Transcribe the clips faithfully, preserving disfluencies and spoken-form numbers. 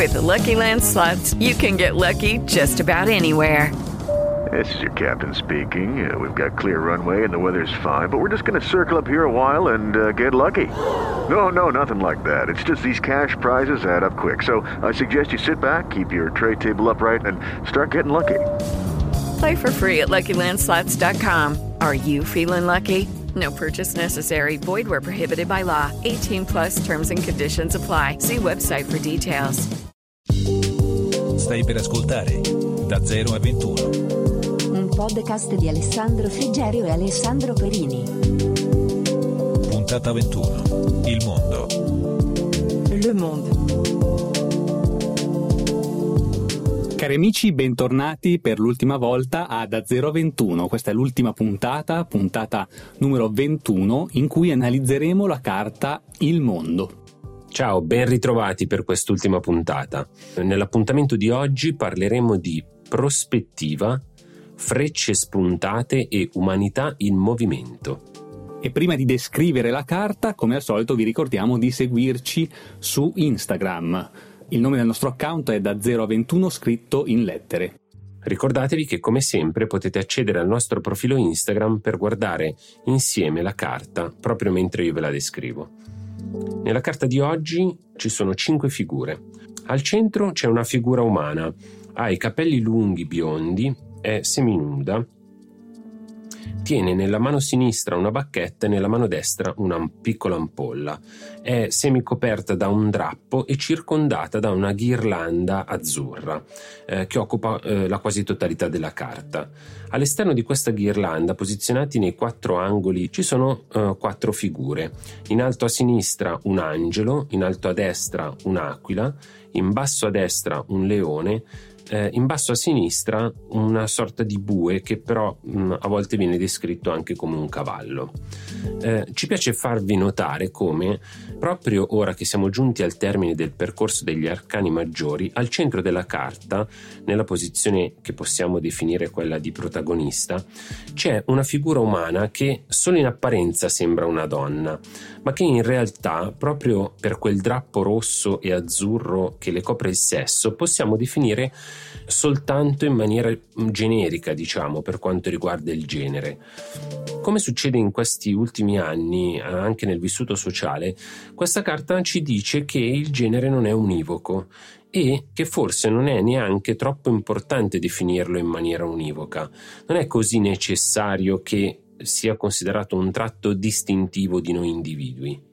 With Lucky Land Slots, you can get lucky just about anywhere. This is your captain speaking. Uh, we've got clear runway and the weather's fine, but we're just going to circle up here a while and uh, get lucky. No, no, nothing like that. It's just these cash prizes add up quick. So I suggest you sit back, keep your tray table upright, and start getting lucky. Play for free at Lucky Land Slots dot com. Are you feeling lucky? No purchase necessary. Void where prohibited by law. eighteen plus terms and conditions apply. See website for details. Stai per ascoltare Da zero a ventuno. Un podcast di Alessandro Frigerio e Alessandro Perini. Puntata ventuno. Il mondo. Le monde. Cari amici, bentornati per l'ultima volta a Da zero a ventuno. Questa è l'ultima puntata, puntata numero ventuno, in cui analizzeremo la carta Il mondo. Ciao, ben ritrovati per quest'ultima puntata. Nell'appuntamento di oggi parleremo di prospettiva, frecce spuntate e umanità in movimento. E prima di descrivere la carta, come al solito vi ricordiamo di seguirci su Instagram. Il nome del nostro account è Da zero a ventuno scritto in lettere. Ricordatevi che come sempre potete accedere al nostro profilo Instagram per guardare insieme la carta proprio mentre io ve la descrivo. Nella carta di oggi ci sono cinque figure. Al centro c'è una figura umana, ha i capelli lunghi biondi, è seminuda, tiene nella mano sinistra una bacchetta e nella mano destra una piccola ampolla. È semicoperta da un drappo e circondata da una ghirlanda azzurra eh, che occupa eh, la quasi totalità della carta. All'esterno di questa ghirlanda, posizionati nei quattro angoli, ci sono eh, quattro figure. In alto a sinistra un angelo, in alto a destra un'aquila, in basso a destra un leone, Eh, in basso a sinistra una sorta di bue che però mh, a volte viene descritto anche come un cavallo. Eh, ci piace farvi notare come, proprio ora che siamo giunti al termine del percorso degli arcani maggiori, al centro della carta, nella posizione che possiamo definire quella di protagonista, c'è una figura umana che solo in apparenza sembra una donna, ma che in realtà, proprio per quel drappo rosso e azzurro che le copre il sesso, possiamo definire soltanto in maniera generica, diciamo, per quanto riguarda il genere. Come succede in questi ultimi anni, anche nel vissuto sociale, questa carta ci dice che il genere non è univoco e che forse non è neanche troppo importante definirlo in maniera univoca. Non è così necessario che sia considerato un tratto distintivo di noi individui.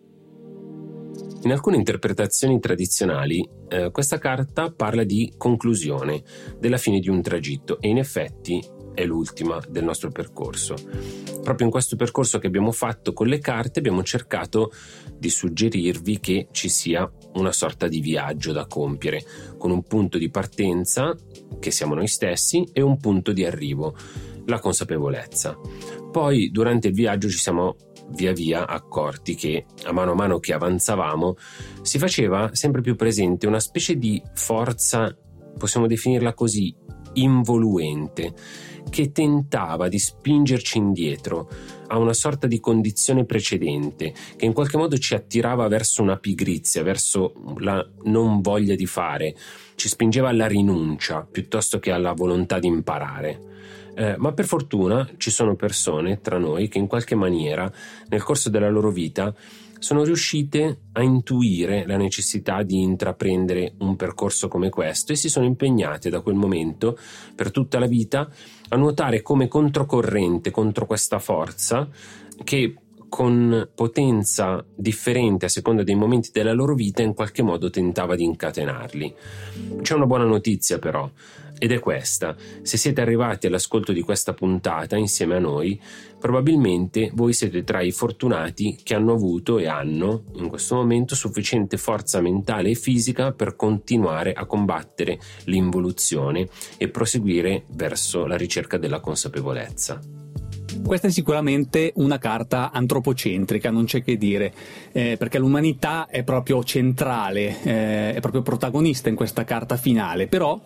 In alcune interpretazioni tradizionali eh, questa carta parla di conclusione, della fine di un tragitto, e in effetti è l'ultima del nostro percorso. Proprio in questo percorso che abbiamo fatto con le carte abbiamo cercato di suggerirvi che ci sia una sorta di viaggio da compiere, con un punto di partenza, che siamo noi stessi, e un punto di arrivo, la consapevolezza. Poi durante il viaggio ci siamo via via accorti che a mano a mano che avanzavamo si faceva sempre più presente una specie di forza, possiamo definirla così, involuente, che tentava di spingerci indietro a una sorta di condizione precedente, che in qualche modo ci attirava verso una pigrizia, verso la non voglia di fare, ci spingeva alla rinuncia piuttosto che alla volontà di imparare. Eh, ma per fortuna ci sono persone tra noi che in qualche maniera nel corso della loro vita sono riuscite a intuire la necessità di intraprendere un percorso come questo e si sono impegnate da quel momento per tutta la vita a nuotare come controcorrente contro questa forza che con potenza differente a seconda dei momenti della loro vita in qualche modo tentava di incatenarli. C'è una buona notizia però, ed è questa: se siete arrivati all'ascolto di questa puntata insieme a noi, probabilmente voi siete tra i fortunati che hanno avuto e hanno in questo momento sufficiente forza mentale e fisica per continuare a combattere l'involuzione e proseguire verso la ricerca della consapevolezza. Questa è sicuramente una carta antropocentrica, non c'è che dire, eh, perché l'umanità è proprio centrale, eh, è proprio protagonista in questa carta finale, però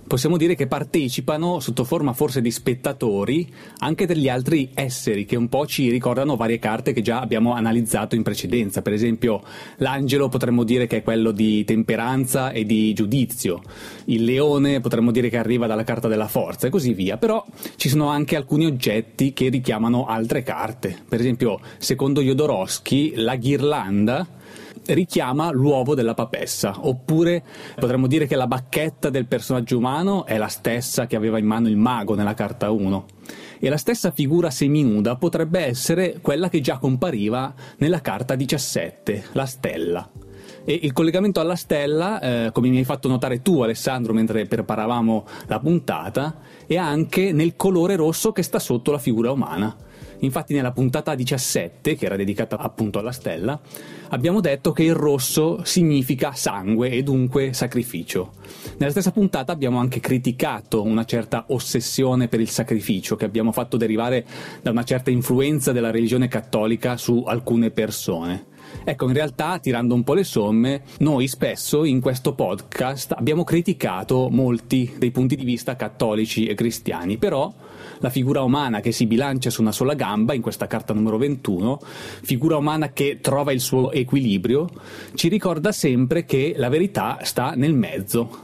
possiamo dire che partecipano sotto forma forse di spettatori anche degli altri esseri che un po' ci ricordano varie carte che già abbiamo analizzato in precedenza. Per esempio l'angelo potremmo dire che è quello di temperanza e di giudizio, il leone potremmo dire che arriva dalla carta della forza e così via. Però ci sono anche alcuni oggetti che richiamano altre carte. Per esempio, secondo Jodorowsky, la ghirlanda richiama l'uovo della papessa, oppure potremmo dire che la bacchetta del personaggio umano è la stessa che aveva in mano il mago nella carta uno, e la stessa figura seminuda potrebbe essere quella che già compariva nella carta diciassette, la stella. E il collegamento alla stella, eh, come mi hai fatto notare tu Alessandro mentre preparavamo la puntata, è anche nel colore rosso che sta sotto la figura umana. Infatti nella puntata diciassette, che era dedicata appunto alla stella, abbiamo detto che il rosso significa sangue e dunque sacrificio. Nella stessa puntata abbiamo anche criticato una certa ossessione per il sacrificio che abbiamo fatto derivare da una certa influenza della religione cattolica su alcune persone. Ecco, in realtà, tirando un po' le somme, noi spesso in questo podcast abbiamo criticato molti dei punti di vista cattolici e cristiani, però la figura umana che si bilancia su una sola gamba, in questa carta numero ventuno, figura umana che trova il suo equilibrio, ci ricorda sempre che la verità sta nel mezzo.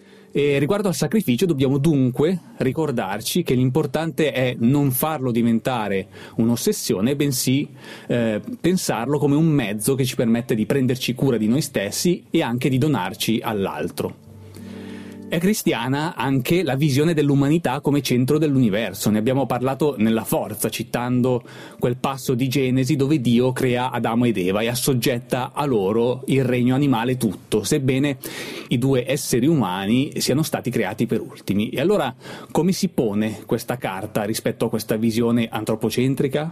E riguardo al sacrificio dobbiamo dunque ricordarci che l'importante è non farlo diventare un'ossessione, bensì eh, pensarlo come un mezzo che ci permette di prenderci cura di noi stessi e anche di donarci all'altro. È cristiana anche la visione dell'umanità come centro dell'universo. Ne abbiamo parlato nella Forza, citando quel passo di Genesi dove Dio crea Adamo ed Eva e assoggetta a loro il regno animale tutto, sebbene i due esseri umani siano stati creati per ultimi. E allora come si pone questa carta rispetto a questa visione antropocentrica?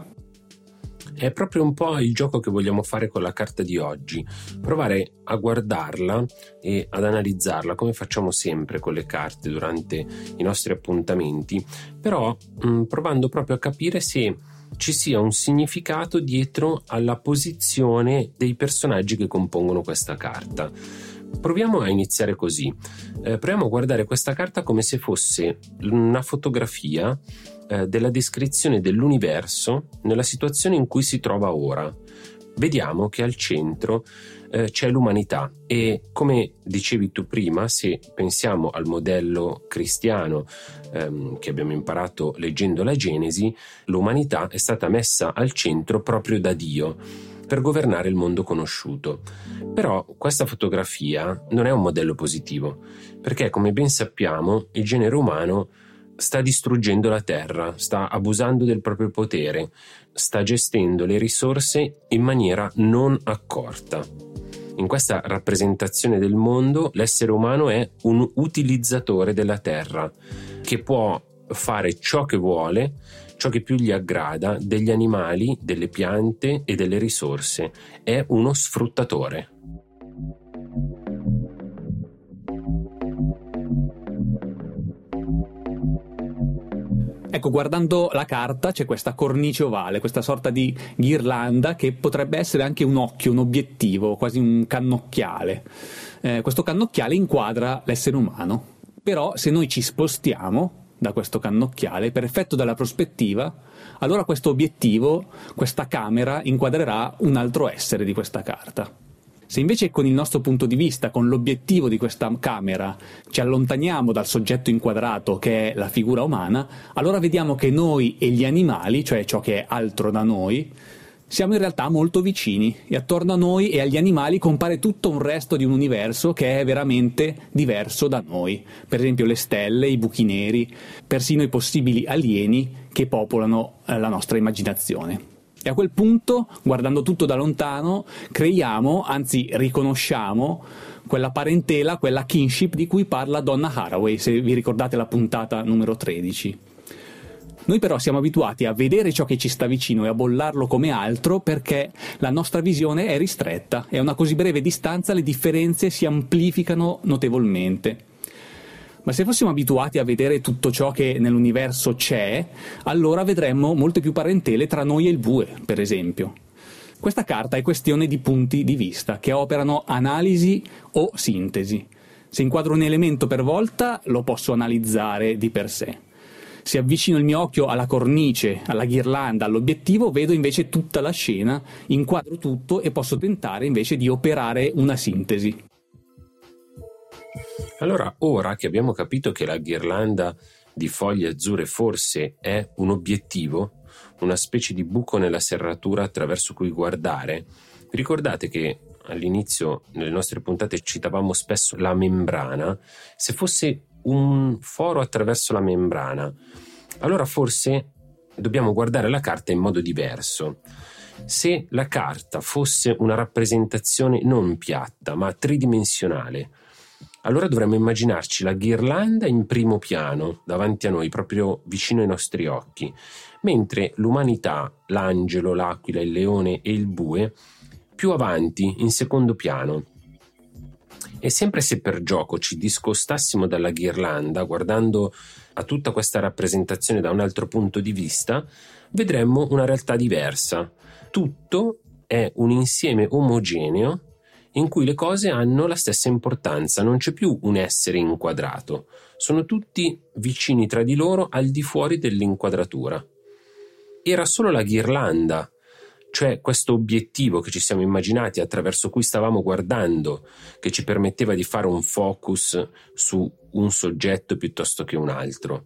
È proprio un po' il gioco che vogliamo fare con la carta di oggi, provare a guardarla e ad analizzarla come facciamo sempre con le carte durante i nostri appuntamenti, però mh, provando proprio a capire se ci sia un significato dietro alla posizione dei personaggi che compongono questa carta. Proviamo a iniziare così. Eh, proviamo a guardare questa carta come se fosse una fotografia eh, della descrizione dell'universo nella situazione in cui si trova ora. Vediamo che al centro eh, c'è l'umanità e, come dicevi tu prima, se pensiamo al modello cristiano ehm, che abbiamo imparato leggendo la Genesi, l'umanità è stata messa al centro proprio da Dio per governare il mondo conosciuto. Però questa fotografia non è un modello positivo, perché come ben sappiamo il genere umano sta distruggendo la terra, sta abusando del proprio potere, sta gestendo le risorse in maniera non accorta. In questa rappresentazione del mondo l'essere umano è un utilizzatore della terra che può fare ciò che vuole, ciò che più gli aggrada degli animali, delle piante e delle risorse. È uno sfruttatore. Ecco, guardando la carta c'è questa cornice ovale, questa sorta di ghirlanda che potrebbe essere anche un occhio, un obiettivo, quasi un cannocchiale. Eh, questo cannocchiale inquadra l'essere umano, però se noi ci spostiamo da questo cannocchiale, per effetto della prospettiva, allora questo obiettivo, questa camera, inquadrerà un altro essere di questa carta. Se invece con il nostro punto di vista, con l'obiettivo di questa camera, ci allontaniamo dal soggetto inquadrato che è la figura umana, allora vediamo che noi e gli animali, cioè ciò che è altro da noi, siamo in realtà molto vicini e attorno a noi e agli animali compare tutto un resto di un universo che è veramente diverso da noi. Per esempio le stelle, i buchi neri, persino i possibili alieni che popolano la nostra immaginazione. E a quel punto, guardando tutto da lontano, creiamo, anzi riconosciamo, quella parentela, quella kinship di cui parla Donna Haraway, se vi ricordate la puntata numero tredici. Noi però siamo abituati a vedere ciò che ci sta vicino e a bollarlo come altro perché la nostra visione è ristretta e a una così breve distanza le differenze si amplificano notevolmente. Ma se fossimo abituati a vedere tutto ciò che nell'universo c'è, allora vedremmo molte più parentele tra noi e il bue, per esempio. Questa carta è questione di punti di vista che operano analisi o sintesi. Se inquadro un elemento per volta, lo posso analizzare di per sé. Se avvicino il mio occhio alla cornice, alla ghirlanda, all'obiettivo, vedo invece tutta la scena, inquadro tutto e posso tentare invece di operare una sintesi. Allora, ora che abbiamo capito che la ghirlanda di foglie azzurre forse è un obiettivo, una specie di buco nella serratura attraverso cui guardare, vi ricordate che all'inizio nelle nostre puntate citavamo spesso la membrana? Se fosse un foro attraverso la membrana, allora forse dobbiamo guardare la carta in modo diverso. Se la carta fosse una rappresentazione non piatta ma tridimensionale, allora dovremmo immaginarci la ghirlanda in primo piano davanti a noi, proprio vicino ai nostri occhi, mentre l'umanità, l'angelo, l'aquila, il leone e il bue più avanti, in secondo piano. E sempre se per gioco ci discostassimo dalla ghirlanda, guardando a tutta questa rappresentazione da un altro punto di vista, vedremmo una realtà diversa. Tutto è un insieme omogeneo in cui le cose hanno la stessa importanza, non c'è più un essere inquadrato, sono tutti vicini tra di loro al di fuori dell'inquadratura. Era solo la ghirlanda, cioè questo obiettivo che ci siamo immaginati attraverso cui stavamo guardando, che ci permetteva di fare un focus su un soggetto piuttosto che un altro.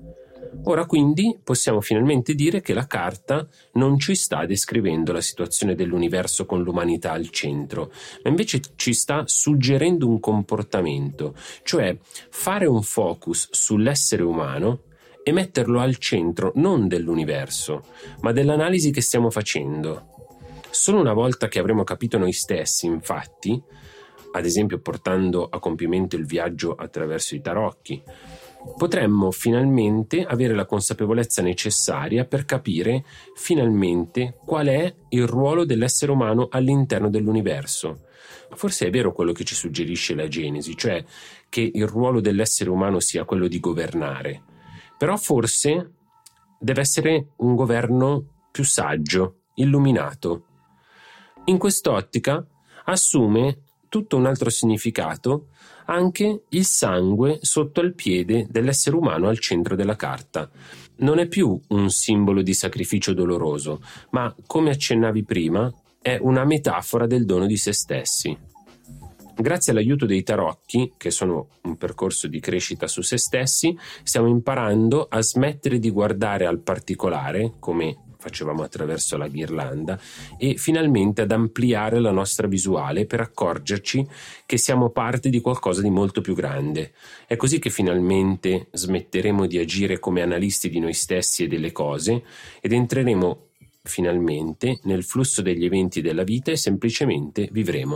Ora quindi possiamo finalmente dire che la carta non ci sta descrivendo la situazione dell'universo con l'umanità al centro, ma invece ci sta suggerendo un comportamento, cioè fare un focus sull'essere umano e metterlo al centro non dell'universo, ma dell'analisi che stiamo facendo. Solo una volta che avremo capito noi stessi, infatti, ad esempio portando a compimento il viaggio attraverso i tarocchi, potremmo finalmente avere la consapevolezza necessaria per capire finalmente qual è il ruolo dell'essere umano all'interno dell'universo. Forse è vero quello che ci suggerisce la Genesi, cioè che il ruolo dell'essere umano sia quello di governare. Però forse deve essere un governo più saggio, illuminato. In quest'ottica assume tutto un altro significato anche il sangue sotto al piede dell'essere umano al centro della carta. Non è più un simbolo di sacrificio doloroso, ma, come accennavi prima, è una metafora del dono di se stessi. Grazie all'aiuto dei tarocchi, che sono un percorso di crescita su se stessi, stiamo imparando a smettere di guardare al particolare, come facevamo attraverso la ghirlanda, e finalmente ad ampliare la nostra visuale per accorgerci che siamo parte di qualcosa di molto più grande. È così che finalmente smetteremo di agire come analisti di noi stessi e delle cose ed entreremo finalmente nel flusso degli eventi della vita e semplicemente vivremo.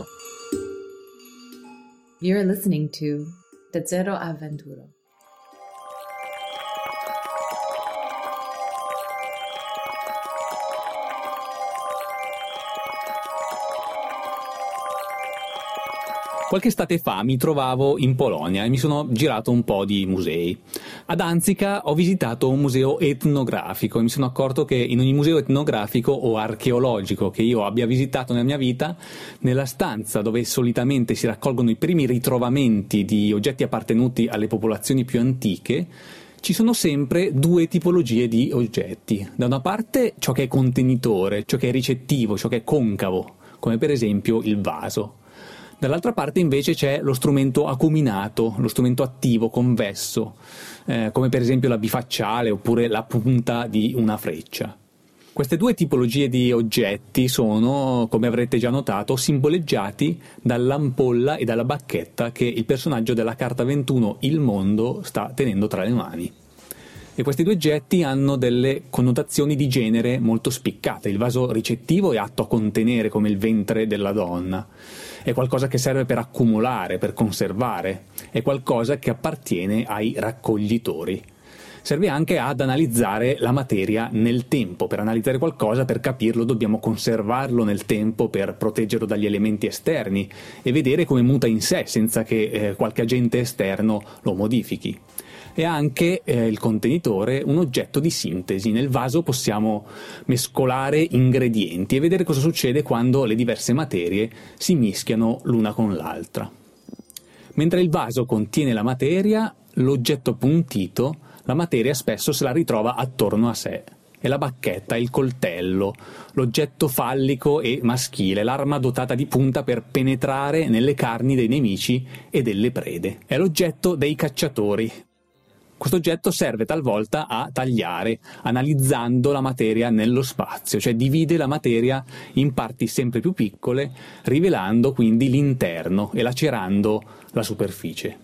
You're listening to Da Zero a Venturo. Qualche estate fa mi trovavo in Polonia e mi sono girato un po' di musei. A Danzica ho visitato un museo etnografico e mi sono accorto che in ogni museo etnografico o archeologico che io abbia visitato nella mia vita, nella stanza dove solitamente si raccolgono i primi ritrovamenti di oggetti appartenuti alle popolazioni più antiche, ci sono sempre due tipologie di oggetti. Da una parte ciò che è contenitore, ciò che è ricettivo, ciò che è concavo, come per esempio il vaso. Dall'altra parte invece c'è lo strumento acuminato, lo strumento attivo, convesso, eh, come per esempio la bifacciale oppure la punta di una freccia. Queste due tipologie di oggetti sono, come avrete già notato, simboleggiati dall'ampolla e dalla bacchetta che il personaggio della carta ventuno, Il Mondo, sta tenendo tra le mani. E questi due oggetti hanno delle connotazioni di genere molto spiccate. Il vaso ricettivo è atto a contenere come il ventre della donna. È qualcosa che serve per accumulare, per conservare. È qualcosa che appartiene ai raccoglitori. Serve anche ad analizzare la materia nel tempo. Per analizzare qualcosa, per capirlo, dobbiamo conservarlo nel tempo per proteggerlo dagli elementi esterni e vedere come muta in sé senza che eh, qualche agente esterno lo modifichi. E anche eh, il contenitore un oggetto di sintesi. Nel vaso possiamo mescolare ingredienti e vedere cosa succede quando le diverse materie si mischiano l'una con l'altra. Mentre il vaso contiene la materia, l'oggetto appuntito, la materia spesso se la ritrova attorno a sé. È la bacchetta, il coltello, l'oggetto fallico e maschile, l'arma dotata di punta per penetrare nelle carni dei nemici e delle prede. È l'oggetto dei cacciatori. Questo oggetto serve talvolta a tagliare, analizzando la materia nello spazio, cioè divide la materia in parti sempre più piccole, rivelando quindi l'interno e lacerando la superficie.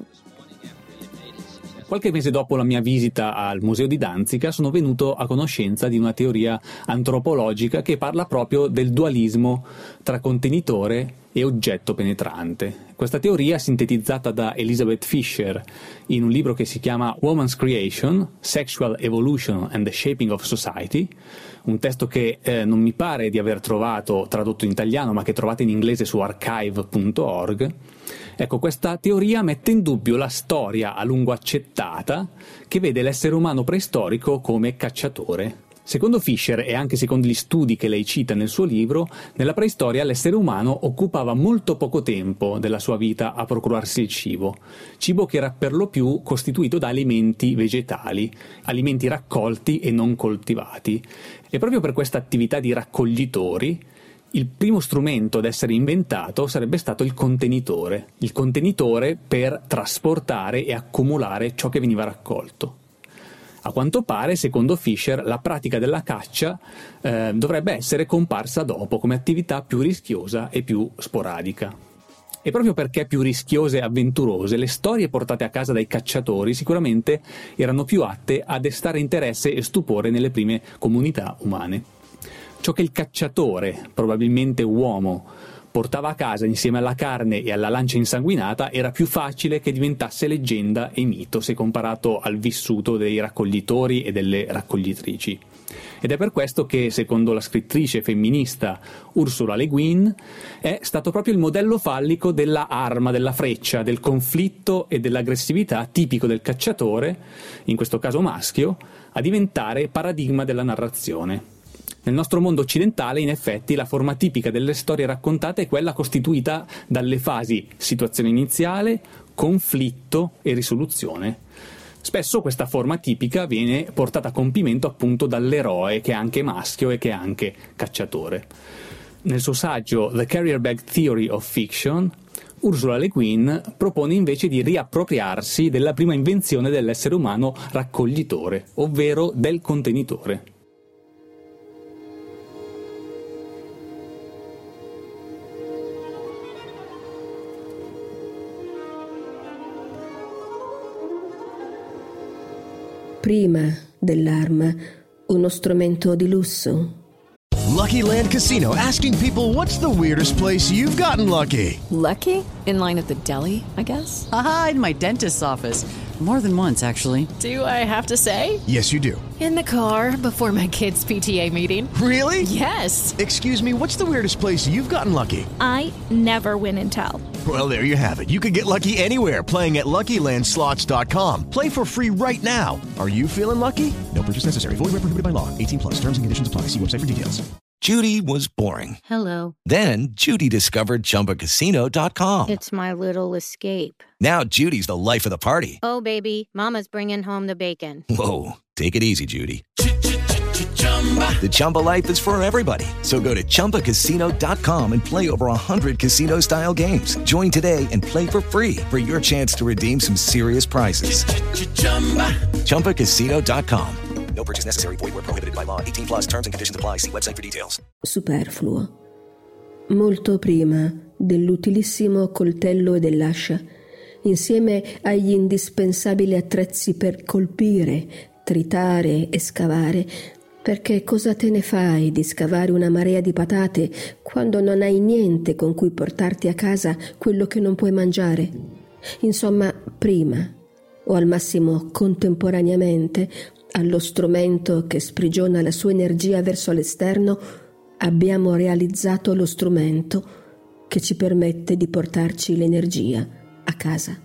Qualche mese dopo la mia visita al museo di Danzica sono venuto a conoscenza di una teoria antropologica che parla proprio del dualismo tra contenitore e oggetto penetrante. Questa teoria, sintetizzata da Elizabeth Fisher in un libro che si chiama Woman's Creation, Sexual Evolution and the Shaping of Society, un testo che eh, non mi pare di aver trovato tradotto in italiano, ma che trovate in inglese su archive punto org. Ecco, questa teoria mette in dubbio la storia a lungo accettata che vede l'essere umano preistorico come cacciatore. Secondo Fisher, e anche secondo gli studi che lei cita nel suo libro, nella preistoria l'essere umano occupava molto poco tempo della sua vita a procurarsi il cibo, cibo che era per lo più costituito da alimenti vegetali, alimenti raccolti e non coltivati. E proprio per questa attività di raccoglitori, il primo strumento ad essere inventato sarebbe stato il contenitore, il contenitore per trasportare e accumulare ciò che veniva raccolto. A quanto pare, secondo Fisher, la pratica della caccia eh, dovrebbe essere comparsa dopo come attività più rischiosa e più sporadica. E proprio perché più rischiose e avventurose, le storie portate a casa dai cacciatori sicuramente erano più atte a destare interesse e stupore nelle prime comunità umane. Ciò che il cacciatore, probabilmente uomo, portava a casa insieme alla carne e alla lancia insanguinata era più facile che diventasse leggenda e mito se comparato al vissuto dei raccoglitori e delle raccoglitrici. Ed è per questo che, secondo la scrittrice femminista Ursula Le Guin, è stato proprio il modello fallico della arma, della freccia, del conflitto e dell'aggressività tipico del cacciatore, in questo caso maschio, a diventare paradigma della narrazione. Nel nostro mondo occidentale, in effetti, la forma tipica delle storie raccontate è quella costituita dalle fasi situazione iniziale, conflitto e risoluzione. Spesso questa forma tipica viene portata a compimento appunto dall'eroe, che è anche maschio e che è anche cacciatore. Nel suo saggio The Carrier Bag Theory of Fiction, Ursula Le Guin propone invece di riappropriarsi della prima invenzione dell'essere umano raccoglitore, ovvero del contenitore. Prima dell'arma, uno strumento di lusso. Lucky Land Casino, asking people, what's the weirdest place you've gotten lucky? Lucky? In line at the deli, I guess? Aha, in my dentist's office. More than once, actually. Do I have to say? Yes, you do. In the car before my kids' P T A meeting. Really? Yes. Excuse me, what's the weirdest place you've gotten lucky? I never win and tell. Well, there you have it. You can get lucky anywhere, playing at Lucky Land Slots dot com. Play for free right now. Are you feeling lucky? No purchase necessary. Void where prohibited by law. eighteen plus. Terms and conditions apply. See website for details. Judy was boring. Hello. Then Judy discovered Chumba Casino dot com. It's my little escape. Now Judy's the life of the party. Oh, baby, mama's bringing home the bacon. Whoa, take it easy, Judy. The Chumba life is for everybody. So go to Chumba Casino dot com and play over one hundred casino-style games. Join today and play for free for your chance to redeem some serious prizes. Chumba Casino dot com. No purchase necessary. Void where prohibited by law. eighteen plus. Terms and conditions apply. See website for details. Superfluo. Molto prima dell'utilissimo coltello e dell'ascia, insieme agli indispensabili attrezzi per colpire, tritare e scavare, perché cosa te ne fai di scavare una marea di patate quando non hai niente con cui portarti a casa quello che non puoi mangiare? Insomma, prima, o al massimo contemporaneamente, allo strumento che sprigiona la sua energia verso l'esterno, abbiamo realizzato lo strumento che ci permette di portarci l'energia a casa.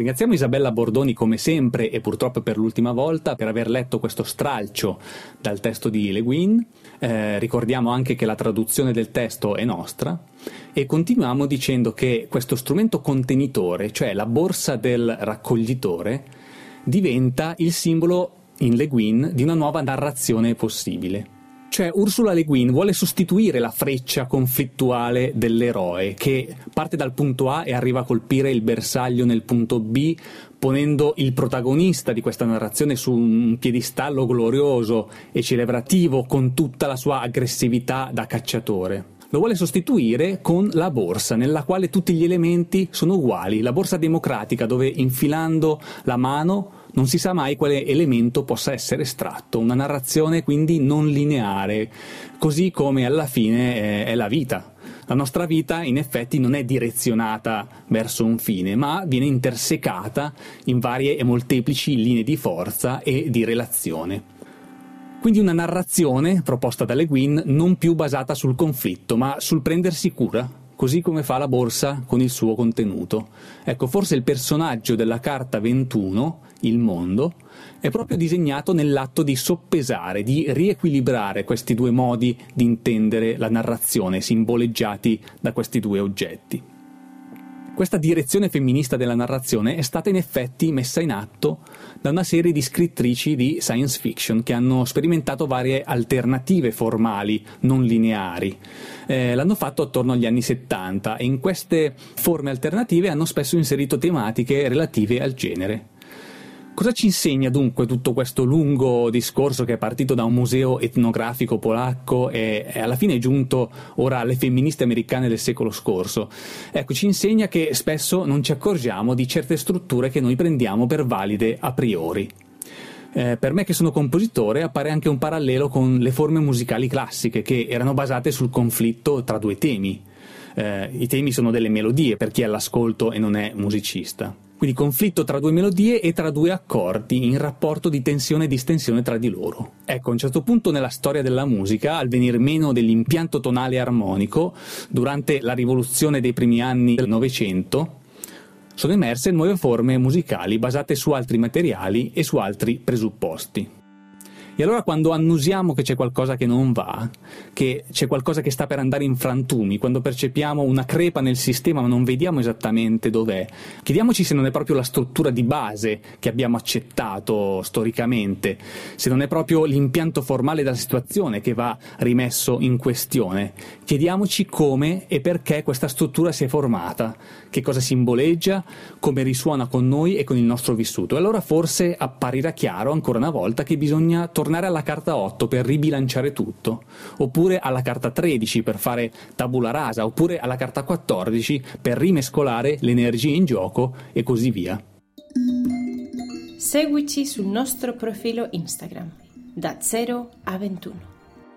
Ringraziamo Isabella Bordoni come sempre e purtroppo per l'ultima volta per aver letto questo stralcio dal testo di Le Guin. Eh, ricordiamo anche che la traduzione del testo è nostra e continuiamo dicendo che questo strumento contenitore, cioè la borsa del raccoglitore, diventa il simbolo in Le Guin di una nuova narrazione possibile. Cioè Ursula Le Guin vuole sostituire la freccia conflittuale dell'eroe che parte dal punto A e arriva a colpire il bersaglio nel punto B, ponendo il protagonista di questa narrazione su un piedistallo glorioso e celebrativo con tutta la sua aggressività da cacciatore. Lo vuole sostituire con la borsa, nella quale tutti gli elementi sono uguali, la borsa democratica dove infilando la mano non si sa mai quale elemento possa essere estratto, una narrazione quindi non lineare, così come alla fine è, è la vita. La nostra vita in effetti non è direzionata verso un fine, ma viene intersecata in varie e molteplici linee di forza e di relazione. Quindi una narrazione proposta da Le Guin non più basata sul conflitto, ma sul prendersi cura, così come fa la borsa con il suo contenuto. Ecco, forse il personaggio della carta ventuno, il mondo, è proprio disegnato nell'atto di soppesare, di riequilibrare questi due modi di intendere la narrazione, simboleggiati da questi due oggetti. Questa direzione femminista della narrazione è stata in effetti messa in atto da una serie di scrittrici di science fiction che hanno sperimentato varie alternative formali non lineari. Eh, l'hanno fatto attorno agli anni settanta e in queste forme alternative hanno spesso inserito tematiche relative al genere. Cosa ci insegna dunque tutto questo lungo discorso che è partito da un museo etnografico polacco e, e alla fine è giunto ora alle femministe americane del secolo scorso? Ecco, ci insegna che spesso non ci accorgiamo di certe strutture che noi prendiamo per valide a priori. Eh, per me che sono compositore appare anche un parallelo con le forme musicali classiche che erano basate sul conflitto tra due temi. Eh, I temi sono delle melodie per chi è all'ascolto e non è musicista. Quindi conflitto tra due melodie e tra due accordi in rapporto di tensione e distensione tra di loro. Ecco, a un certo punto nella storia della musica, al venir meno dell'impianto tonale armonico, durante la rivoluzione dei primi anni del Novecento, sono emerse nuove forme musicali basate su altri materiali e su altri presupposti. E allora quando annusiamo che c'è qualcosa che non va, che c'è qualcosa che sta per andare in frantumi, quando percepiamo una crepa nel sistema ma non vediamo esattamente dov'è, chiediamoci se non è proprio la struttura di base che abbiamo accettato storicamente, se non è proprio l'impianto formale della situazione che va rimesso in questione. Chiediamoci come e perché questa struttura si è formata, che cosa simboleggia, come risuona con noi e con il nostro vissuto. E allora forse apparirà chiaro ancora una volta che bisogna tornare alla carta otto per ribilanciare tutto, oppure alla carta tredici per fare tabula rasa, oppure alla carta quattordici per rimescolare le energie in gioco e così via. Seguici sul nostro profilo Instagram, da zero a ventuno.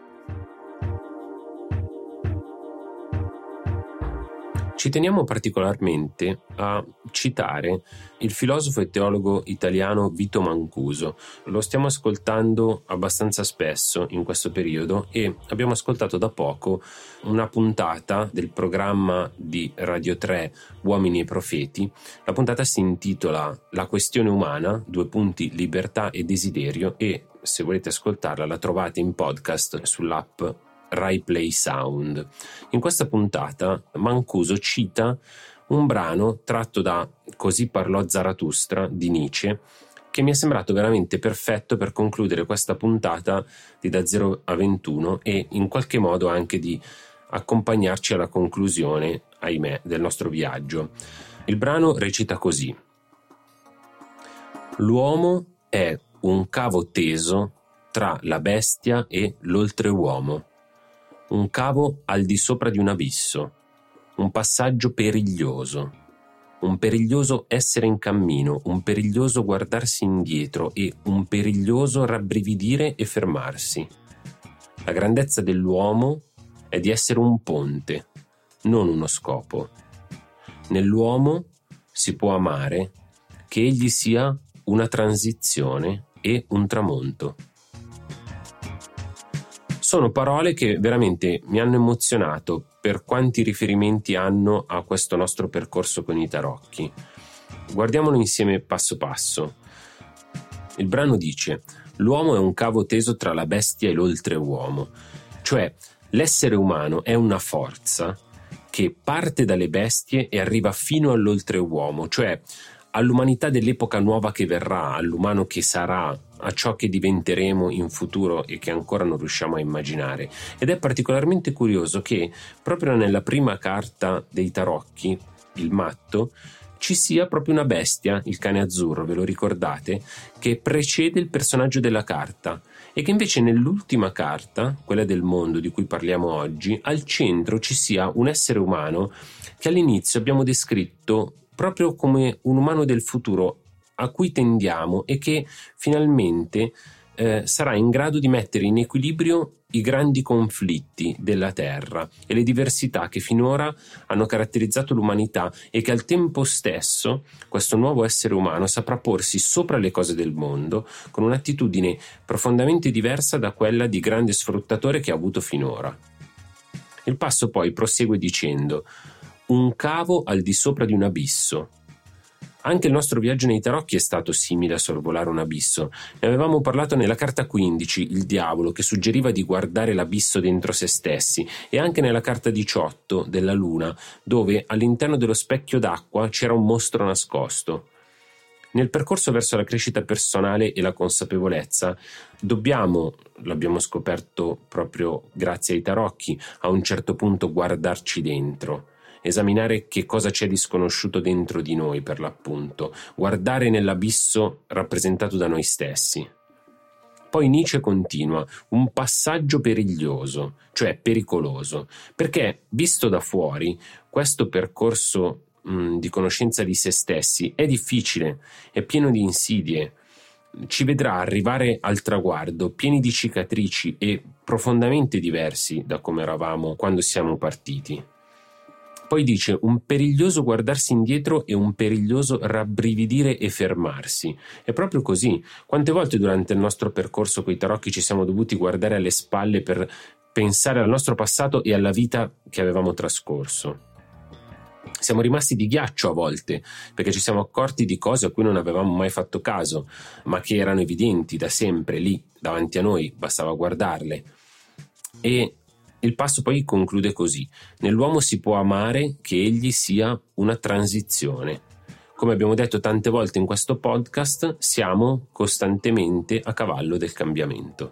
Ci teniamo particolarmente a citare il filosofo e teologo italiano Vito Mancuso. Lo stiamo ascoltando abbastanza spesso in questo periodo e abbiamo ascoltato da poco una puntata del programma di Radio tre Uomini e Profeti. La puntata si intitola La questione umana, due punti, libertà e desiderio, e se volete ascoltarla la trovate in podcast sull'app Rai Play Sound. In questa puntata Mancuso cita un brano tratto da Così parlò Zarathustra di Nietzsche, che mi è sembrato veramente perfetto per concludere questa puntata di Da zero a ventuno e in qualche modo anche di accompagnarci alla conclusione, ahimè, del nostro viaggio. Il brano recita così: l'uomo è un cavo teso tra la bestia e l'oltreuomo, un cavo al di sopra di un abisso, un passaggio periglioso, un periglioso essere in cammino, un periglioso guardarsi indietro e un periglioso rabbrividire e fermarsi. La grandezza dell'uomo è di essere un ponte, non uno scopo. Nell'uomo si può amare che egli sia una transizione e un tramonto. Sono parole che veramente mi hanno emozionato per quanti riferimenti hanno a questo nostro percorso con i tarocchi. Guardiamolo insieme passo passo. Il brano dice: l'uomo è un cavo teso tra la bestia e l'oltreuomo, cioè l'essere umano è una forza che parte dalle bestie e arriva fino all'oltreuomo, cioè all'umanità dell'epoca nuova che verrà, all'umano che sarà, a ciò che diventeremo in futuro e che ancora non riusciamo a immaginare. Ed è particolarmente curioso che proprio nella prima carta dei tarocchi, il matto, ci sia proprio una bestia, il cane azzurro, ve lo ricordate, che precede il personaggio della carta, e che invece nell'ultima carta, quella del mondo di cui parliamo oggi, al centro ci sia un essere umano che all'inizio abbiamo descritto proprio come un umano del futuro a cui tendiamo e che finalmente eh, sarà in grado di mettere in equilibrio i grandi conflitti della Terra e le diversità che finora hanno caratterizzato l'umanità, e che al tempo stesso questo nuovo essere umano saprà porsi sopra le cose del mondo con un'attitudine profondamente diversa da quella di grande sfruttatore che ha avuto finora. Il passo poi prosegue dicendo: un cavo al di sopra di un abisso. Anche il nostro viaggio nei tarocchi è stato simile a sorvolare un abisso. Ne avevamo parlato nella carta quindici, il diavolo, che suggeriva di guardare l'abisso dentro se stessi, e anche nella carta diciotto, della luna, dove all'interno dello specchio d'acqua c'era un mostro nascosto. Nel percorso verso la crescita personale e la consapevolezza dobbiamo, l'abbiamo scoperto proprio grazie ai tarocchi, a un certo punto guardarci dentro, esaminare che cosa c'è di sconosciuto dentro di noi, per l'appunto, guardare nell'abisso rappresentato da noi stessi. Poi Nietzsche continua: un passaggio periglioso, cioè pericoloso, perché visto da fuori questo percorso mh, di conoscenza di se stessi è difficile, è pieno di insidie, ci vedrà arrivare al traguardo pieni di cicatrici e profondamente diversi da come eravamo quando siamo partiti. Poi dice: un periglioso guardarsi indietro e un periglioso rabbrividire e fermarsi. È proprio così. Quante volte durante il nostro percorso coi tarocchi ci siamo dovuti guardare alle spalle per pensare al nostro passato e alla vita che avevamo trascorso. Siamo rimasti di ghiaccio a volte, perché ci siamo accorti di cose a cui non avevamo mai fatto caso, ma che erano evidenti da sempre lì, davanti a noi, bastava guardarle. E il passo poi conclude così: nell'uomo si può amare che egli sia una transizione. Come abbiamo detto tante volte in questo podcast, siamo costantemente a cavallo del cambiamento.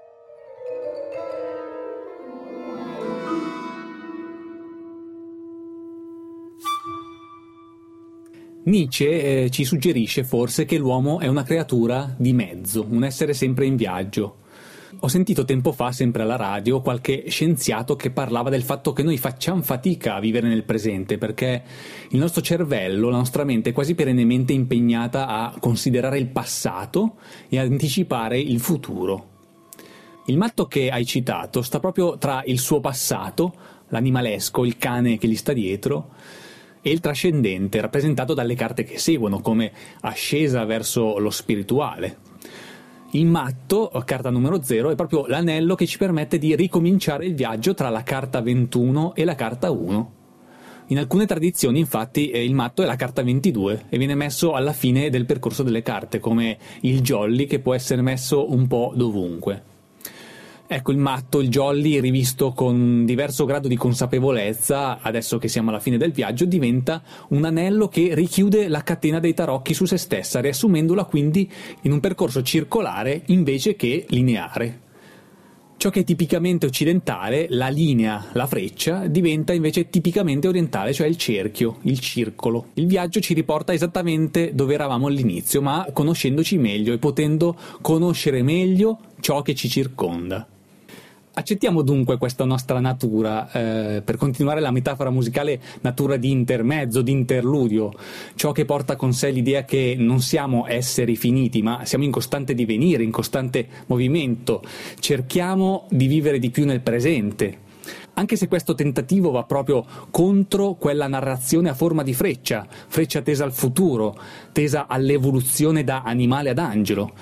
Nietzsche eh, ci suggerisce forse che l'uomo è una creatura di mezzo, un essere sempre in viaggio. Ho sentito tempo fa, sempre alla radio, qualche scienziato che parlava del fatto che noi facciamo fatica a vivere nel presente perché il nostro cervello, la nostra mente è quasi perennemente impegnata a considerare il passato e a anticipare il futuro. Il matto che hai citato sta proprio tra il suo passato, l'animalesco, il cane che gli sta dietro, e il trascendente, rappresentato dalle carte che seguono, come ascesa verso lo spirituale. Il matto, carta numero zero, è proprio l'anello che ci permette di ricominciare il viaggio tra la carta ventuno e la carta uno. In alcune tradizioni, infatti, il matto è la carta ventidue e viene messo alla fine del percorso delle carte, come il jolly, che può essere messo un po' dovunque. Ecco, il matto, il jolly, rivisto con un diverso grado di consapevolezza, adesso che siamo alla fine del viaggio, diventa un anello che richiude la catena dei tarocchi su se stessa, riassumendola quindi in un percorso circolare invece che lineare. Ciò che è tipicamente occidentale, la linea, la freccia, diventa invece tipicamente orientale, cioè il cerchio, il circolo. Il viaggio ci riporta esattamente dove eravamo all'inizio, ma conoscendoci meglio e potendo conoscere meglio ciò che ci circonda. Accettiamo dunque questa nostra natura, eh, per continuare la metafora musicale, natura di intermezzo, di interludio, ciò che porta con sé l'idea che non siamo esseri finiti, ma siamo in costante divenire, in costante movimento. Cerchiamo di vivere di più nel presente, anche se questo tentativo va proprio contro quella narrazione a forma di freccia, freccia tesa al futuro, tesa all'evoluzione da animale ad angelo.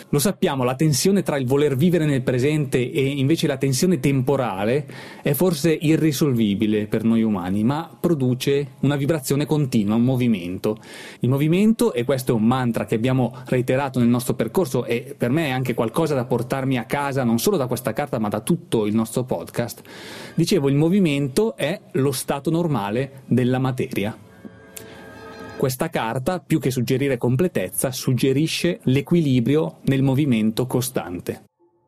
Lo sappiamo, la tensione tra il voler vivere nel presente e invece la tensione temporale è forse irrisolvibile per noi umani, ma produce una vibrazione continua, un movimento. Il movimento, e questo è un mantra che abbiamo reiterato nel nostro percorso e per me è anche qualcosa da portarmi a casa non solo da questa carta ma da tutto il nostro podcast, dicevo, il movimento è lo stato normale della materia. Questa carta, più che suggerire completezza, suggerisce l'equilibrio nel movimento costante.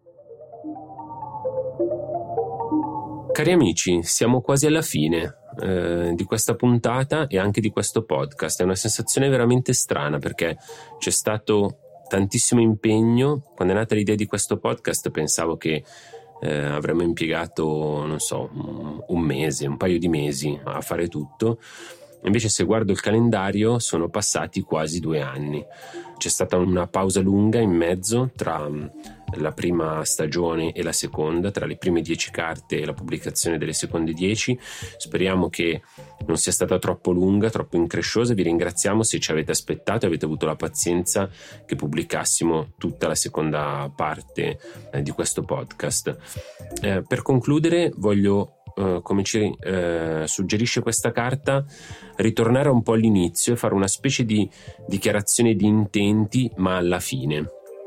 Cari amici, siamo quasi alla fine eh, di questa puntata e anche di questo podcast. È una sensazione veramente strana perché c'è stato tantissimo impegno. Quando è nata l'idea di questo podcast pensavo che eh, avremmo impiegato, non so, un, un mese, un paio di mesi a fare tutto. Invece se guardo il calendario sono passati quasi due anni. C'è stata una pausa lunga in mezzo tra la prima stagione e la seconda, tra le prime dieci carte e la pubblicazione delle seconde dieci. Speriamo che non sia stata troppo lunga, troppo incresciosa. Vi ringraziamo se ci avete aspettato e avete avuto la pazienza che pubblicassimo tutta la seconda parte eh, di questo podcast. Eh, per concludere voglio, Uh, come ci uh, suggerisce questa carta, ritornare un po' all'inizio e fare una specie di dichiarazione di intenti, ma alla fine.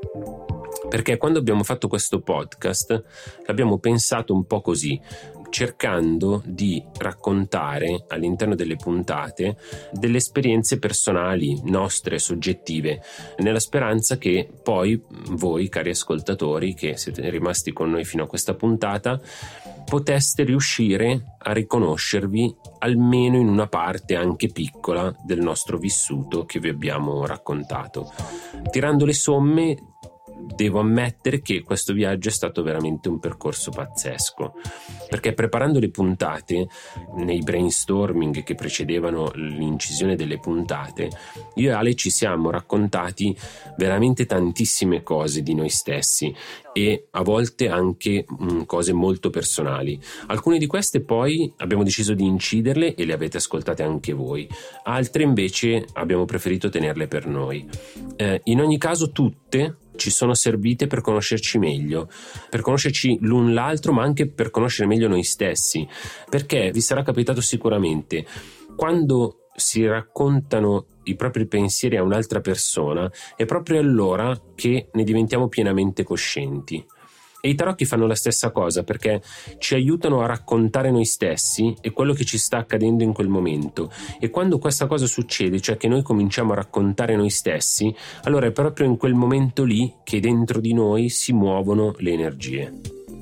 Perché quando abbiamo fatto questo podcast l'abbiamo pensato un po' così, cercando di raccontare all'interno delle puntate delle esperienze personali, nostre, soggettive, nella speranza che poi voi, cari ascoltatori, che siete rimasti con noi fino a questa puntata, poteste riuscire a riconoscervi almeno in una parte anche piccola del nostro vissuto che vi abbiamo raccontato. Tirando le somme, devo ammettere che questo viaggio è stato veramente un percorso pazzesco, perché preparando le puntate, nei brainstorming che precedevano l'incisione delle puntate, io e Ale ci siamo raccontati veramente tantissime cose di noi stessi e a volte anche mh, cose molto personali. Alcune di queste poi abbiamo deciso di inciderle e le avete ascoltate anche voi, altre invece abbiamo preferito tenerle per noi. Eh, in ogni caso tutte ci sono servite per conoscerci meglio, per conoscerci l'un l'altro, ma anche per conoscere meglio noi stessi, perché vi sarà capitato sicuramente, quando si raccontano i propri pensieri a un'altra persona, è proprio allora che ne diventiamo pienamente coscienti. E i tarocchi fanno la stessa cosa, perché ci aiutano a raccontare noi stessi e quello che ci sta accadendo in quel momento. E quando questa cosa succede, cioè che noi cominciamo a raccontare noi stessi, allora è proprio in quel momento lì che dentro di noi si muovono le energie.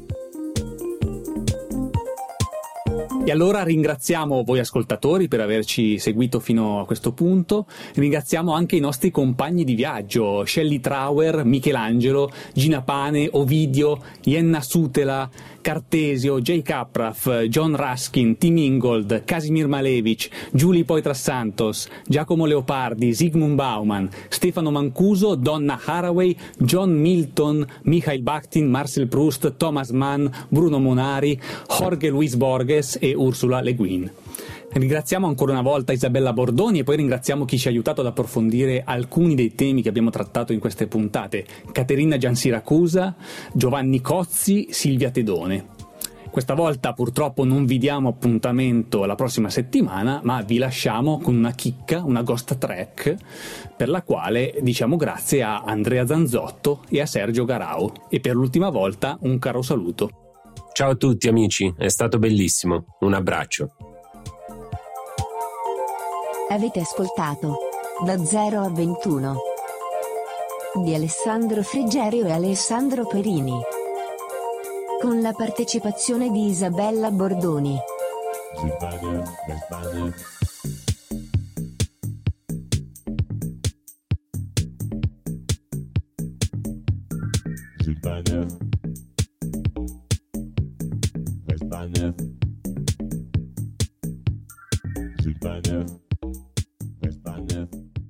E allora ringraziamo voi ascoltatori per averci seguito fino a questo punto, ringraziamo anche i nostri compagni di viaggio, Shelley Trauer, Michelangelo, Gina Pane, Ovidio, Jenna Sutela, Cartesio, Jay Capraf, John Ruskin, Tim Ingold, Casimir Malevich, Giulia Poitras Santos, Giacomo Leopardi, Zygmunt Bauman, Stefano Mancuso, Donna Haraway, John Milton, Mikhail Bakhtin, Marcel Proust, Thomas Mann, Bruno Monari, Jorge Luis Borges e Ursula Le Guin. Ringraziamo ancora una volta Isabella Bordoni e poi ringraziamo chi ci ha aiutato ad approfondire alcuni dei temi che abbiamo trattato in queste puntate: Caterina Giansiracusa, Giovanni Cozzi, Silvia Tedone. Questa volta purtroppo non vi diamo appuntamento la prossima settimana, ma vi lasciamo con una chicca, una ghost track, per la quale diciamo grazie a Andrea Zanzotto e a Sergio Garau. E per l'ultima volta un caro saluto. Ciao a tutti amici, è stato bellissimo. Un abbraccio. Avete ascoltato Da zero a ventuno di Alessandro Frigerio e Alessandro Perini, con la partecipazione di Isabella Bordoni. Silvania, Gaspania. Silvania, Gaspania. Silvania, Gaspania.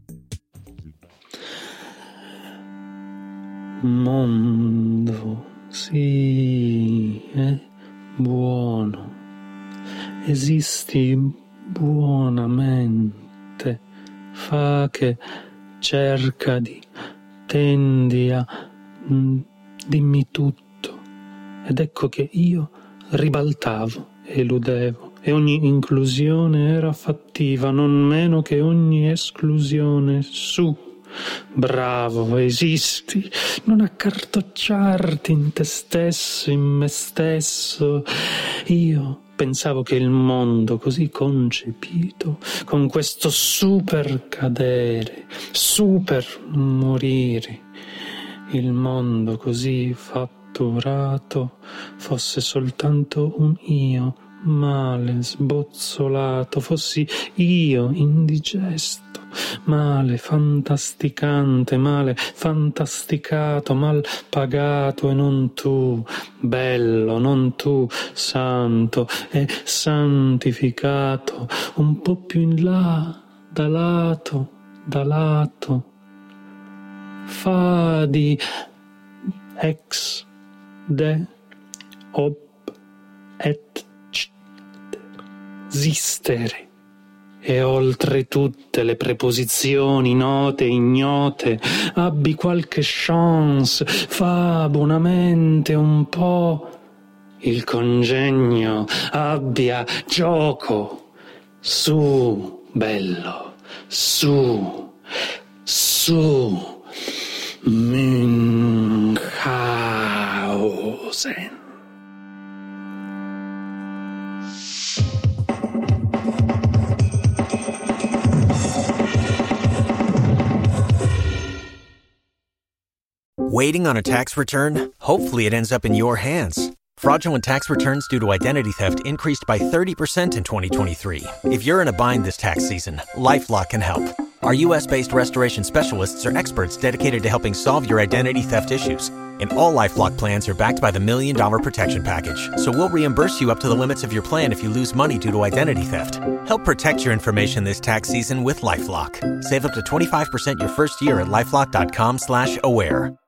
Mondo, sì, è buono. Esisti buonamente. Fa che cerca di, tendi a dimmi tutto. Ed ecco che io ribaltavo, eludevo, e ogni inclusione era fattiva, non meno che ogni esclusione. Su, bravo, esisti, non accartocciarti in te stesso, in me stesso. Io pensavo che il mondo così concepito, con questo super cadere, super morire, il mondo così fatturato, fosse soltanto un io male, sbozzolato, fossi io indigesto, male, fantasticante, male, fantasticato, mal pagato, e non tu, bello, non tu, santo e santificato, un po' più in là, da lato, da lato, fa di ex, de, ob, et, esistere, e oltre tutte le preposizioni note e ignote abbi qualche chance, fa buonamente un po' il congegno, abbia gioco, su, bello, su, su, Münchhausen. Waiting on a tax return? Hopefully it ends up in your hands. Fraudulent tax returns due to identity theft increased by thirty percent in twenty twenty-three. If you're in a bind this tax season, LifeLock can help. Our U S based restoration specialists are experts dedicated to helping solve your identity theft issues. And all LifeLock plans are backed by the Million Dollar Protection Package. So we'll reimburse you up to the limits of your plan if you lose money due to identity theft. Help protect your information this tax season with LifeLock. Save up to twenty-five percent your first year at LifeLock.com slash aware.